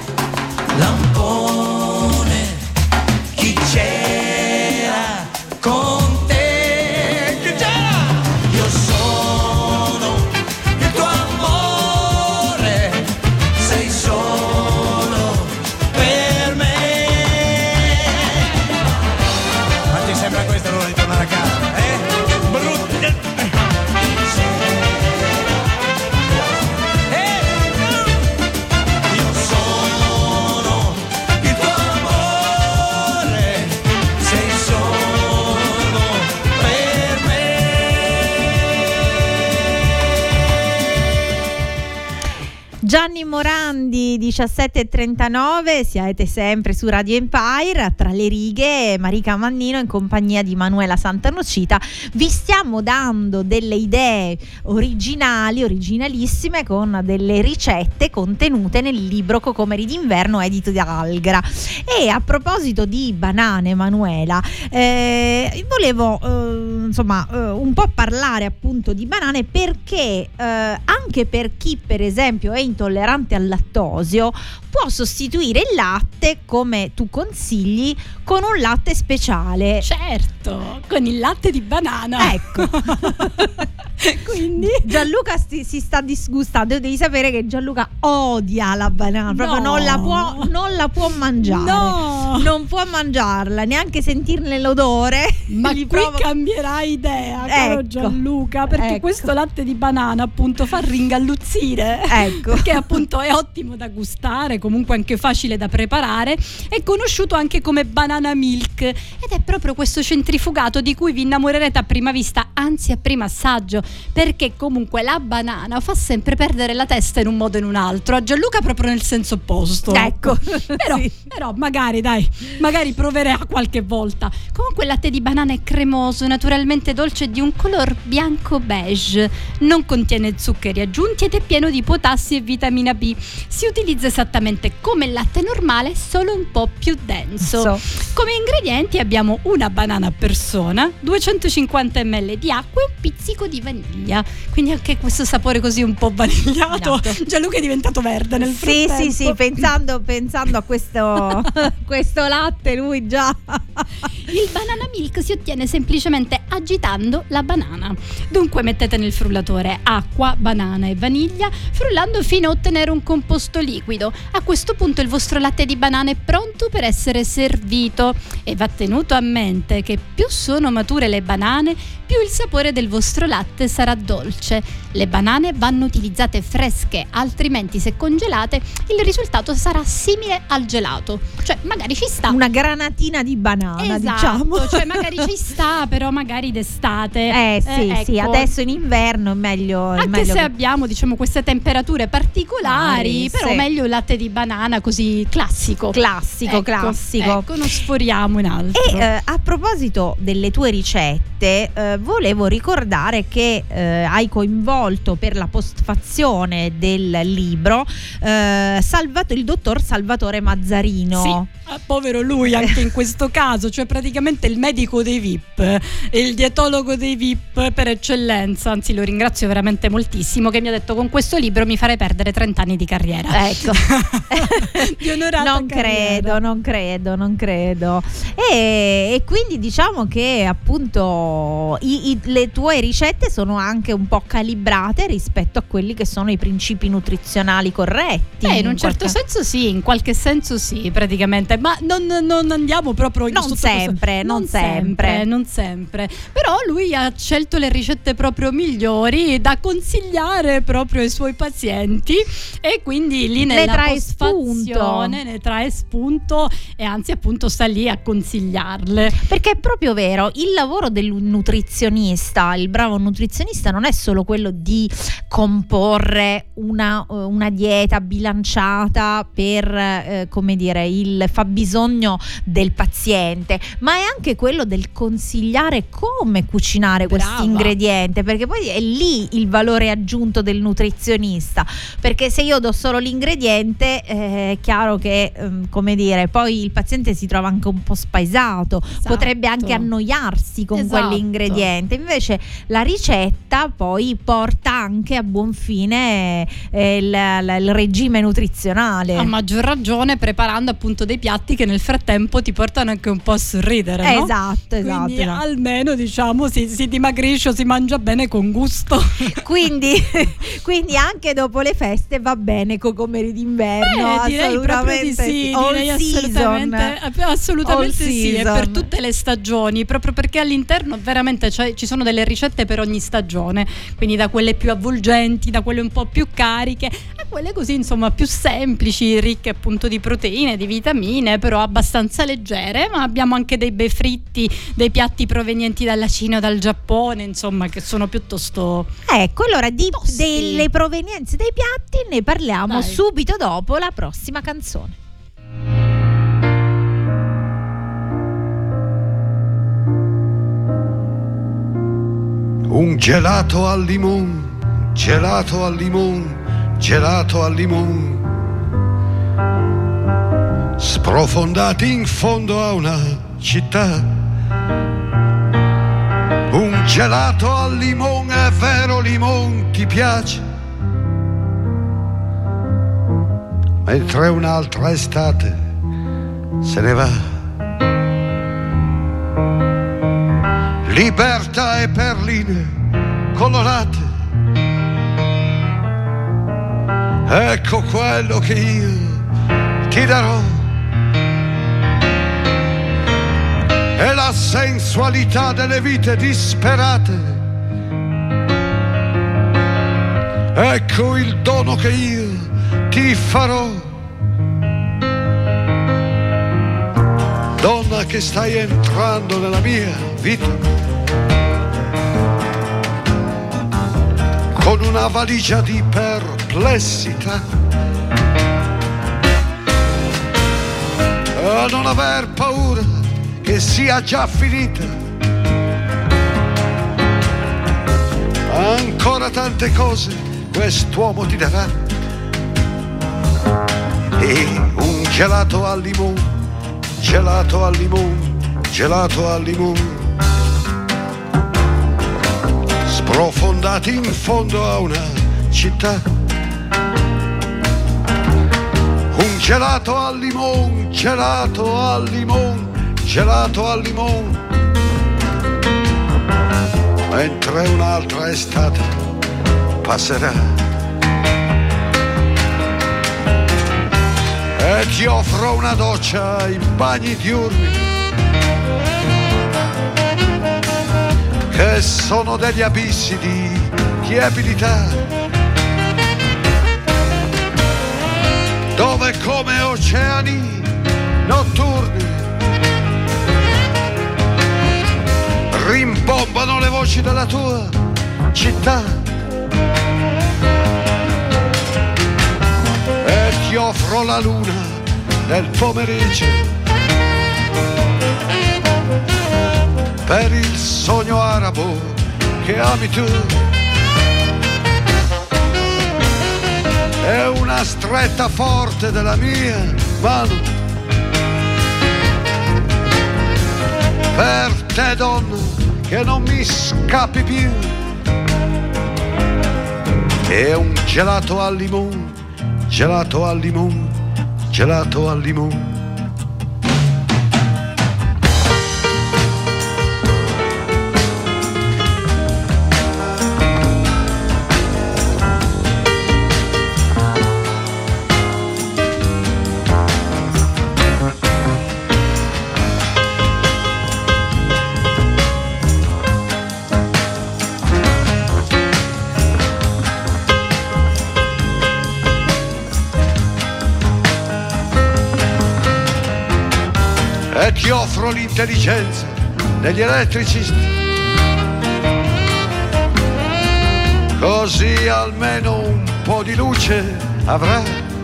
Speaker 9: lampone, chi c'era con te? Chi c'era? Io sono il tuo amore, sei solo per me. Ma ti sembra questa l'ora di tornare a casa, eh?
Speaker 3: Gianni Morandi, 17:39, siete sempre su Radio Empire, tra le righe. Marica Mannino in compagnia di Manuela Santanocita. Vi stiamo dando delle idee originalissime, con delle ricette contenute nel libro Cocomeri d'inverno edito da Algra. E a proposito di banane, Manuela, volevo un po' parlare appunto di banane, perché anche per chi per esempio è intollerante al lattosio può sostituire il latte, come tu consigli, con un latte speciale.
Speaker 5: Certo, con il latte di banana.
Speaker 3: Ecco.
Speaker 5: Quindi
Speaker 3: Gianluca si sta disgustando. Devi sapere che Gianluca odia la banana, proprio non la può mangiare.
Speaker 5: No,
Speaker 3: non può mangiarla, neanche sentirne l'odore.
Speaker 5: Ma qui cambierà idea, caro Gianluca, perché questo latte di banana appunto fa ringalluzzire.
Speaker 3: Ecco.
Speaker 5: Perché appunto è ottimo da gustare, comunque anche facile da preparare, è conosciuto anche come banana milk, ed è proprio questo centrifugato di cui vi innamorerete a prima vista, anzi a primo assaggio, perché comunque la banana fa sempre perdere la testa in un modo o in un altro, a Gianluca proprio nel senso opposto.
Speaker 3: Ecco.
Speaker 5: Però magari proverà qualche volta. Comunque il latte di banana è cremoso, naturalmente dolce e di un color bianco beige, non contiene zuccheri aggiunti ed è pieno di potassi e vitamina B. Si utilizza esattamente come il latte normale, solo un po' più denso. Come ingredienti abbiamo una banana a persona, 250 ml di acqua e un pizzico di vaniglia, quindi anche questo sapore così un po' vanigliato. Gianluca è diventato verde nel frattempo.
Speaker 3: Sì, pensando a questo latte, lui già.
Speaker 5: Il banana milk si ottiene semplicemente agitando la banana. Dunque mettete nel frullatore acqua, banana e vaniglia, frullando fino a ottenere un composto liquido. A questo punto il vostro latte di banana è pronto per essere servito, e va tenuto a mente che più sono mature le banane, più il sapore del vostro latte sarà dolce. Le banane vanno utilizzate fresche, altrimenti se congelate il risultato sarà simile al gelato. Cioè magari ci sta
Speaker 3: una granatina di banana,
Speaker 5: esatto,
Speaker 3: diciamo.
Speaker 5: cioè magari ci sta, però magari d'estate.
Speaker 3: Sì, adesso in inverno è meglio.
Speaker 5: Anche se abbiamo, diciamo, queste temperature particolari, però meglio il latte di banana così classico. Ecco, non sforiamo in altro.
Speaker 3: E a proposito delle tue ricette, volevo ricordare che hai coinvolto per la postfazione del libro il dottor Salvatore Mazzarino.
Speaker 5: Sì. Povero lui anche in questo caso, cioè praticamente il medico dei VIP, il dietologo dei VIP per eccellenza. Anzi, lo ringrazio veramente moltissimo, che mi ha detto: con questo libro mi farei perdere 30 anni di carriera.
Speaker 3: Ecco.
Speaker 5: Di onorata carriera.
Speaker 3: Non credo. E quindi diciamo che appunto le tue ricette sono anche un po' calibrate rispetto a quelli che sono i principi nutrizionali corretti.
Speaker 5: In un certo senso sì, in qualche senso sì, praticamente. Ma non andiamo proprio
Speaker 3: non sempre.
Speaker 5: Però lui ha scelto le ricette proprio migliori da consigliare proprio ai suoi pazienti, e quindi lì nella postfazione ne trae spunto, e anzi appunto sta lì a consigliarle.
Speaker 3: Perché è proprio vero, il lavoro del nutrizionista, il bravo nutrizionista, non è solo quello di comporre una dieta bilanciata per il fabbisogno del paziente, ma è anche quello del consigliare come cucinare questo ingrediente, perché poi è lì il valore aggiunto del nutrizionista, perché se io do solo l'ingrediente è chiaro che poi il paziente si trova anche un po' spaesato, potrebbe anche annoiarsi con quell'ingrediente. Invece la ricetta poi porta anche a buon fine il regime nutrizionale,
Speaker 5: a maggior ragione preparando appunto dei piatti che nel frattempo ti portano anche un po' a sorridere, no?
Speaker 3: Esatto.
Speaker 5: Quindi almeno diciamo si dimagrisce o si mangia bene con gusto.
Speaker 3: quindi anche dopo le feste va bene Cocomeri d'inverno.
Speaker 5: Direi proprio di sì, assolutamente sì, e per tutte le stagioni, proprio perché all'interno veramente ci sono delle ricette per ogni stagione, quindi da quelle più avvolgenti, da quelle un po' più cariche, a quelle così insomma più semplici, ricche appunto di proteine, di vitamine, però abbastanza leggere. Ma abbiamo anche dei bei fritti, dei piatti provenienti dalla Cina o dal Giappone, insomma, che sono piuttosto
Speaker 3: Ecco, allora
Speaker 5: tosti.
Speaker 3: delle provenienze dei piatti ne parliamo
Speaker 5: Dai.
Speaker 3: subito dopo la prossima canzone.
Speaker 2: Un gelato al limone, gelato al limone, gelato al limone. Sprofondati in fondo a una città. Un gelato al limone, è vero limone, ti piace? Mentre un'altra estate se ne va. Libertà e perline colorate. Ecco quello che io ti darò. È la sensualità delle vite disperate. Ecco il dono che io ti farò. Donna che stai entrando nella mia vita con una valigia di perplessità. A non aver paura che sia già finita. Ancora tante cose quest'uomo ti darà. E un gelato al limone, gelato al limone, gelato al limone. Sprofondati in fondo a una città. Un gelato al limone, gelato al limone, gelato al limone. Mentre un'altra estate passerà. E ti offro una doccia ai bagni diurni che sono degli abissi di tiepidità, dove come oceani notturni rimbombano le voci della tua città. E ti offro la luna nel pomeriggio per il sogno arabo che ami tu. È una stretta forte della mia mano per te, donna, che non mi scappi più. È un gelato al limone, gelato al limone, gelato al limone. E ti offro l'intelligenza degli elettricisti, così almeno un po' di luce avrà.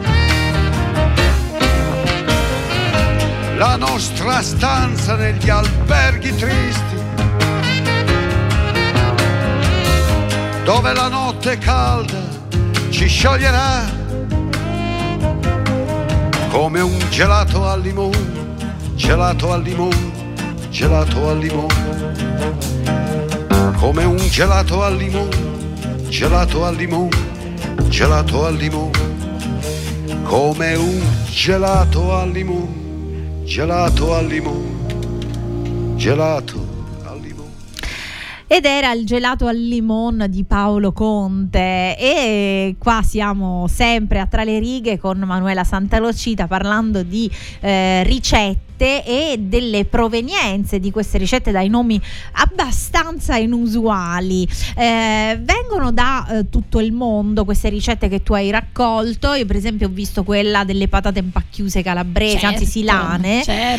Speaker 2: La nostra stanza negli alberghi tristi, dove la notte calda ci scioglierà come un gelato al limone, gelato al limone, gelato al limone. Come un gelato al limone, gelato al limone, gelato al limone. Come un gelato al limone, gelato al limone, gelato.
Speaker 3: Ed era il gelato al limone di Paolo Conte. E qua siamo sempre a Tra le righe con Manuela Santalocita parlando di ricette ricette e delle provenienze di queste ricette dai nomi abbastanza inusuali. Vengono da tutto il mondo queste ricette che tu hai raccolto. Io per esempio ho visto quella delle patate impacchiuse calabrese, anzi silane,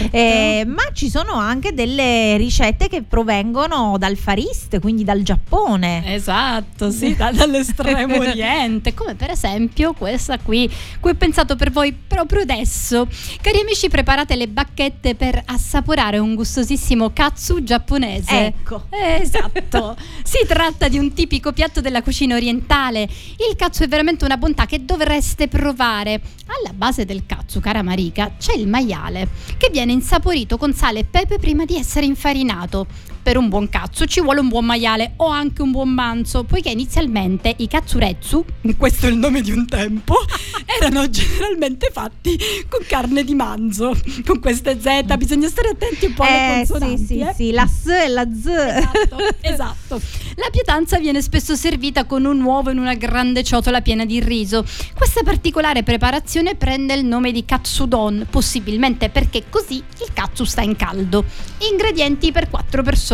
Speaker 3: ma ci sono anche delle ricette che provengono dal Far East, quindi dal Giappone.
Speaker 5: Esatto, sì, dall'estremo oriente, come per esempio questa qui ho pensato per voi proprio adesso. Cari amici, preparate le bacchette per assaporare un gustosissimo katsu giapponese.
Speaker 3: Ecco.
Speaker 5: Esatto. Si tratta di un tipico piatto della cucina orientale. Il katsu è veramente una bontà che dovreste provare. Alla base del katsu, cara Marika, c'è il maiale, che viene insaporito con sale e pepe prima di essere infarinato. Per un buon katsu ci vuole un buon maiale o anche un buon manzo, poiché inizialmente i katsuretsu, questo è il nome di un tempo, erano generalmente fatti con carne di manzo. Con queste Z bisogna stare attenti un po' alle consonanti.
Speaker 3: Sì, la S e la Z.
Speaker 5: Esatto. La pietanza viene spesso servita con un uovo in una grande ciotola piena di riso. Questa particolare preparazione prende il nome di katsudon, possibilmente perché così il katsu sta in caldo. Ingredienti per 4 persone: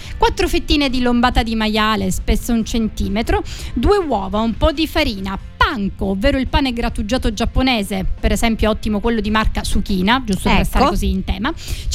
Speaker 5: 4 fettine di lombata di maiale, spessa 1 centimetro, 2 uova, un po' di farina, panko, ovvero il pane grattugiato giapponese, per esempio ottimo quello di marca Sukina, giusto per stare così in tema,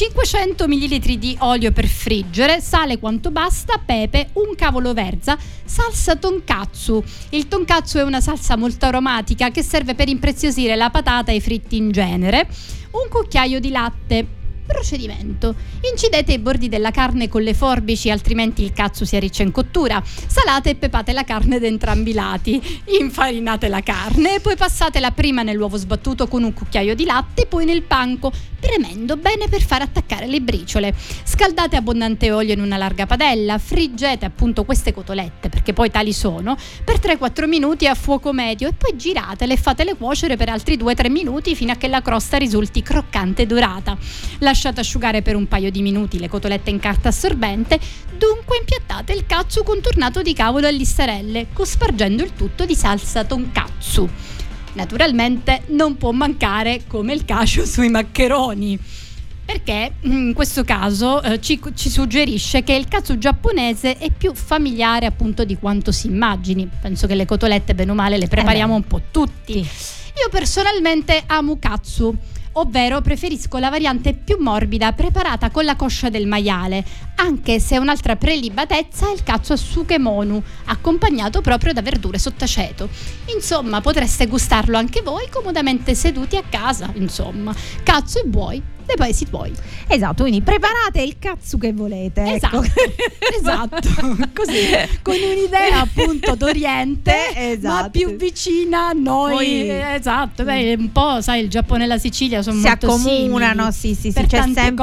Speaker 5: 500 ml di olio per friggere, sale quanto basta, pepe, un cavolo verza, salsa tonkatsu. Il tonkatsu è una salsa molto aromatica che serve per impreziosire la patata e i fritti in genere, un cucchiaio di latte. Procedimento: incidete i bordi della carne con le forbici, altrimenti il katsu si arriccia in cottura. Salate e pepate la carne da entrambi i lati, infarinate la carne e poi passatela prima nell'uovo sbattuto con un cucchiaio di latte, poi nel panko, premendo bene per far attaccare le briciole. Scaldate abbondante olio in una larga padella, friggete appunto queste cotolette, perché poi tali sono, per 3-4 minuti a fuoco medio e poi giratele e fatele cuocere per altri 2-3 minuti fino a che la crosta risulti croccante e dorata. Lasciate asciugare per un paio di minuti le cotolette in carta assorbente, dunque impiattate il katsu contornato di cavolo e listarelle, cospargendo il tutto di salsa tonkatsu. Naturalmente non può mancare, come il cacio sui maccheroni, perché in questo caso ci suggerisce che il katsu giapponese è più familiare appunto di quanto si immagini. Penso che le cotolette bene o male le prepariamo un po' tutti. Io personalmente amo katsu, ovvero preferisco la variante più morbida preparata con la coscia del maiale, anche se un'altra prelibatezza è il katsu a sukemonu, accompagnato proprio da verdure sott'aceto. Insomma, potreste gustarlo anche voi comodamente seduti a casa. Insomma, katsu e buoi dei paesi tuoi.
Speaker 3: Esatto, quindi preparate il katsu che volete.
Speaker 5: Esatto, esatto. Così, con un'idea appunto d'Oriente, ma più vicina a noi. Esatto, beh, un po', sai, il Giappone e la Sicilia sono molto
Speaker 3: accomunano,
Speaker 5: simili.
Speaker 3: sì,
Speaker 5: per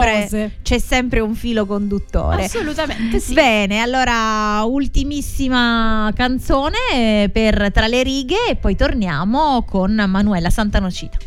Speaker 3: c'è sempre un filo conduttore.
Speaker 5: Assolutamente sì.
Speaker 3: Bene, allora ultimissima canzone per Tra le righe e poi torniamo con Manuela Santanocita.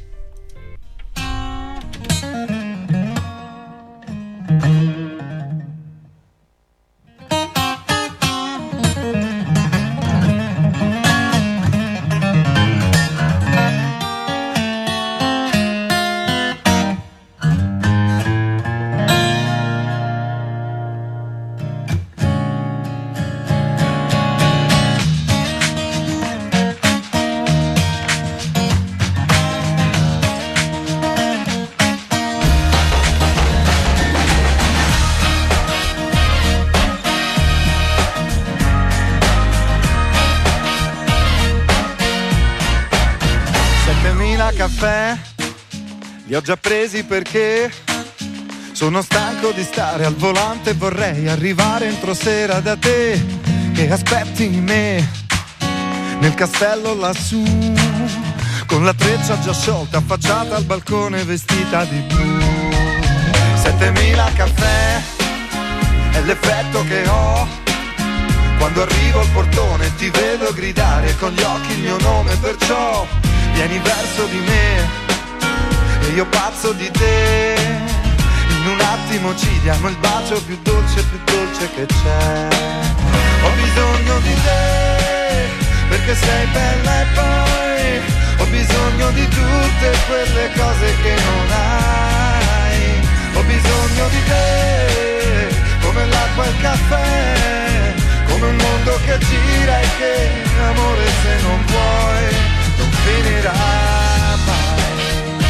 Speaker 10: Caffè li ho già presi perché sono stanco di stare al volante e vorrei arrivare entro sera da te, che aspetti me nel castello lassù, con la treccia già sciolta affacciata al balcone vestita di blu. 7000 caffè è l'effetto che ho quando arrivo al portone, ti vedo gridare con gli occhi il mio nome, perciò vieni verso di me e io pazzo di te. In un attimo ci diamo il bacio più dolce che c'è. Ho bisogno di te perché sei bella e poi ho bisogno di tutte quelle cose che non hai. ho bisogno di te, come l'acqua e il caffè, come un mondo che gira e che, amore, se non vuoi, non finirà mai,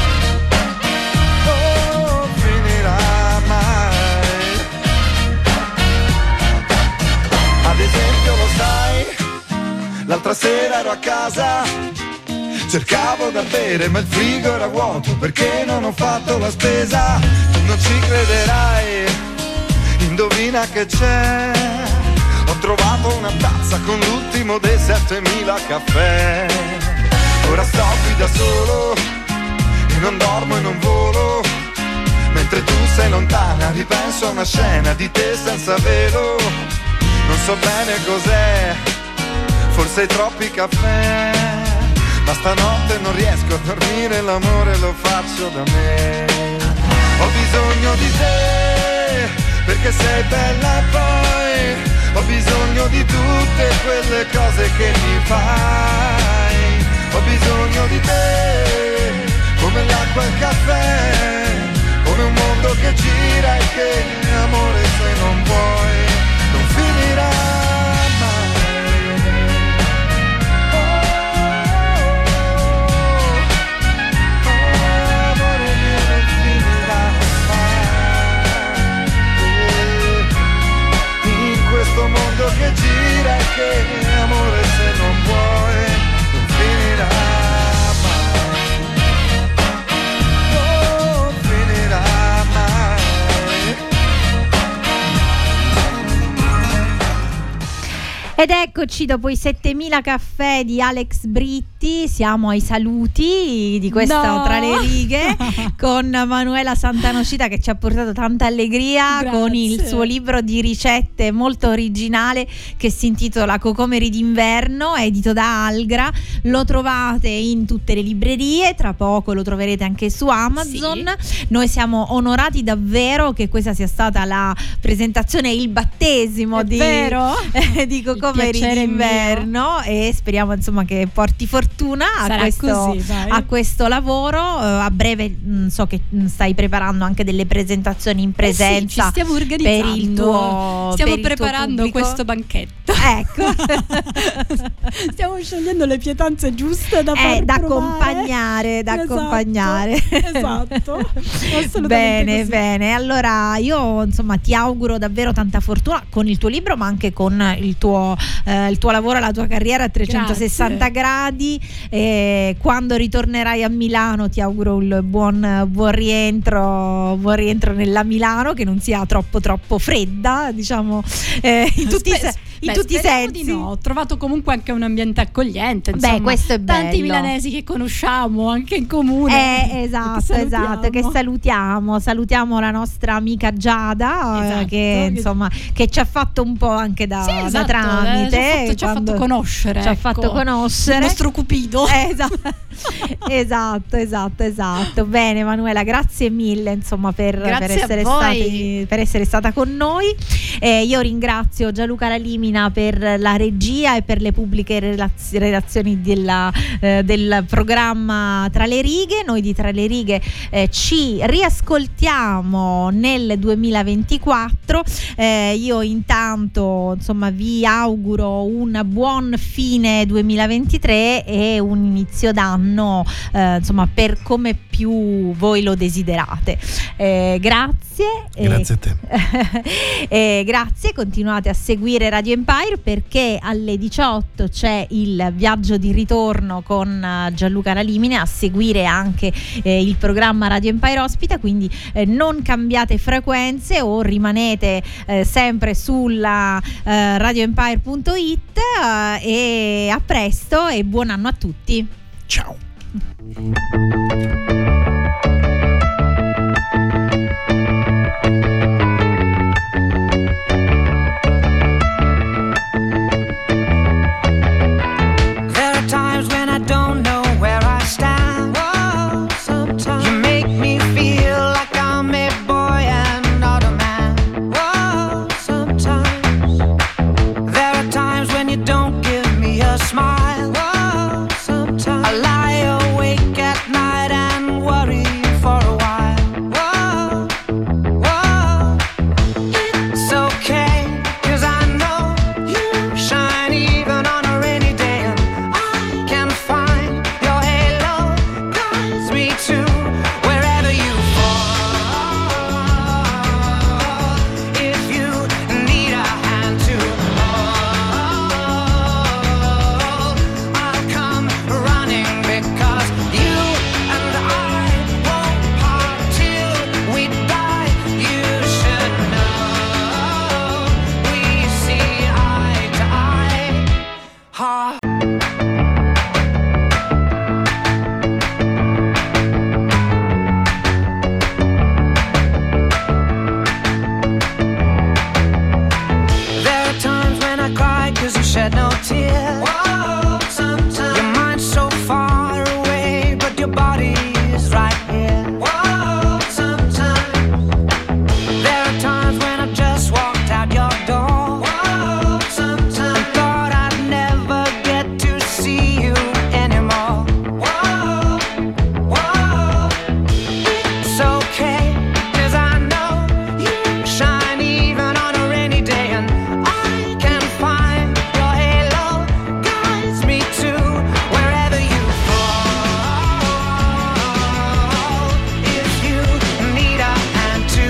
Speaker 10: non finirà mai. Ad esempio, lo sai, l'altra sera ero a casa, cercavo da bere ma il frigo era vuoto perché non ho fatto la spesa. Tu non ci crederai, indovina che c'è, ho trovato una tazza con l'ultimo dei 7000 caffè. Ora sto qui da solo e non dormo e non volo, mentre tu sei lontana ripenso a una scena di te senza velo. Non so bene cos'è, forse i troppi caffè, ma stanotte non riesco a dormire, l'amore lo faccio da me. Ho bisogno di te, perché sei bella e poi ho bisogno di tutte quelle cose che mi fai. Ho bisogno di te, come l'acqua e il caffè, come un mondo che gira e che, amore, se non vuoi, non finirà mai. Questo mondo che gira e che, amore, se non vuoi, non finirà mai, non finirà mai.
Speaker 3: Ed eccoci dopo i 7000 caffè di Alex Britti, siamo ai saluti di questo Tra le righe con Manuela Santanocita che ci ha portato tanta allegria.
Speaker 5: Grazie.
Speaker 3: Con il suo libro di ricette molto originale che si intitola Cocomeri d'inverno, edito da Algra. Lo trovate in tutte le librerie, tra poco lo troverete anche su Amazon. Sì. Noi siamo onorati davvero che questa sia stata la presentazione, il battesimo di Cocomeri d'inverno, e speriamo insomma che porti fortuna a questo lavoro. A breve so che stai preparando anche delle presentazioni in presenza.
Speaker 5: Sì, ci stiamo organizzando
Speaker 3: per il tuo,
Speaker 5: stiamo
Speaker 3: per
Speaker 5: preparando
Speaker 3: il tuo
Speaker 5: questo banchetto.
Speaker 3: Ecco.
Speaker 5: Stiamo scegliendo le pietanze giuste da far
Speaker 3: da
Speaker 5: provare.
Speaker 3: accompagnare.
Speaker 5: Esatto. Assolutamente
Speaker 3: Bene,
Speaker 5: così.
Speaker 3: bene. Allora io insomma ti auguro davvero tanta fortuna con il tuo libro, ma anche con il tuo lavoro, la tua carriera a 360 gradi. Quando ritornerai a Milano ti auguro il buon rientro nella Milano, che non sia troppo fredda, diciamo, in tutti i sensi.
Speaker 5: Di no. Ho trovato comunque anche un ambiente accogliente, insomma.
Speaker 3: Beh, questo è bello.
Speaker 5: Tanti milanesi che conosciamo anche in comune.
Speaker 3: Esatto, che salutiamo la nostra amica Giada, che ci ha fatto un po' anche da tramite,
Speaker 5: ci ha fatto conoscere
Speaker 3: il
Speaker 5: nostro cupido.
Speaker 3: Esatto. Bene Manuela, grazie mille insomma per essere stata con noi. Io ringrazio Gianluca Lalimina per la regia e per le pubbliche relazioni del programma Tra le righe. Noi di Tra le righe ci riascoltiamo nel 2024. Io intanto insomma vi auguro un buon fine 2023 e un inizio d'anno insomma per come più voi lo desiderate. Grazie
Speaker 11: a te.
Speaker 3: Grazie, continuate a seguire Radio Empire, perché alle 18 c'è il viaggio di ritorno con Gianluca Lalimine, a seguire anche il programma Radio Empire Ospita, quindi non cambiate frequenze o rimanete sempre sulla radioempire.it, e a presto e buon anno a tutti.
Speaker 11: Ciao.
Speaker 12: Smile. I lie awake at night and no tears. Your mind's so far away, but your body is right here. There are times when I just walked out your door and thought I'd never get to see you anymore. It's okay, 'cause I know you shine even on a rainy day, and I can find your halo guides me to wherever you fall. If you need a hand to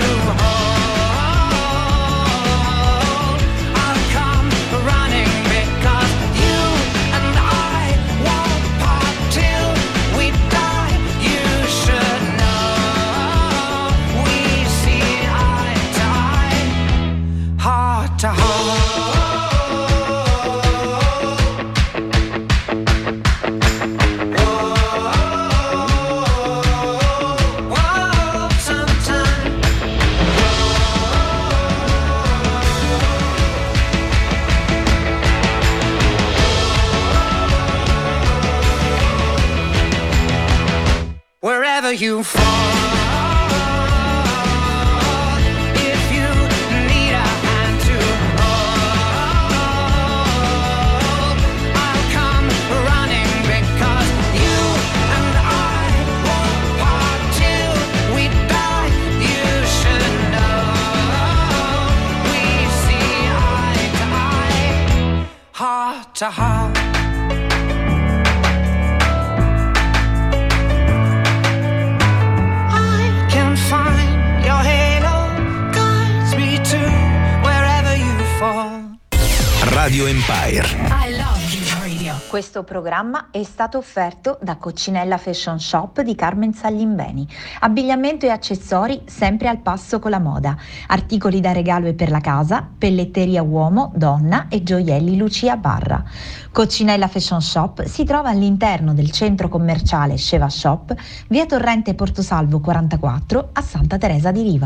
Speaker 12: hold, I'll come running because you and I won't part till we die. You should know we see eye to eye, heart to heart. Wherever you fall, if you need a hand to hold, I'll come running because you and I won't part till we die. You should know we see eye to eye, heart to heart. I can find your halo guides me to wherever you fall.
Speaker 13: Radio Empire.
Speaker 1: I love you radio. Questo programma è stato offerto da Coccinella Fashion Shop di Carmen Saglimbeni. Abbigliamento e accessori sempre al passo con la moda. Articoli da regalo e per la casa, pelletteria uomo, donna e gioielli Lucia Barra. Coccinella Fashion Shop si trova all'interno del centro commerciale Sceva Shop, via Torrente Portosalvo 44 a Santa Teresa di Riva.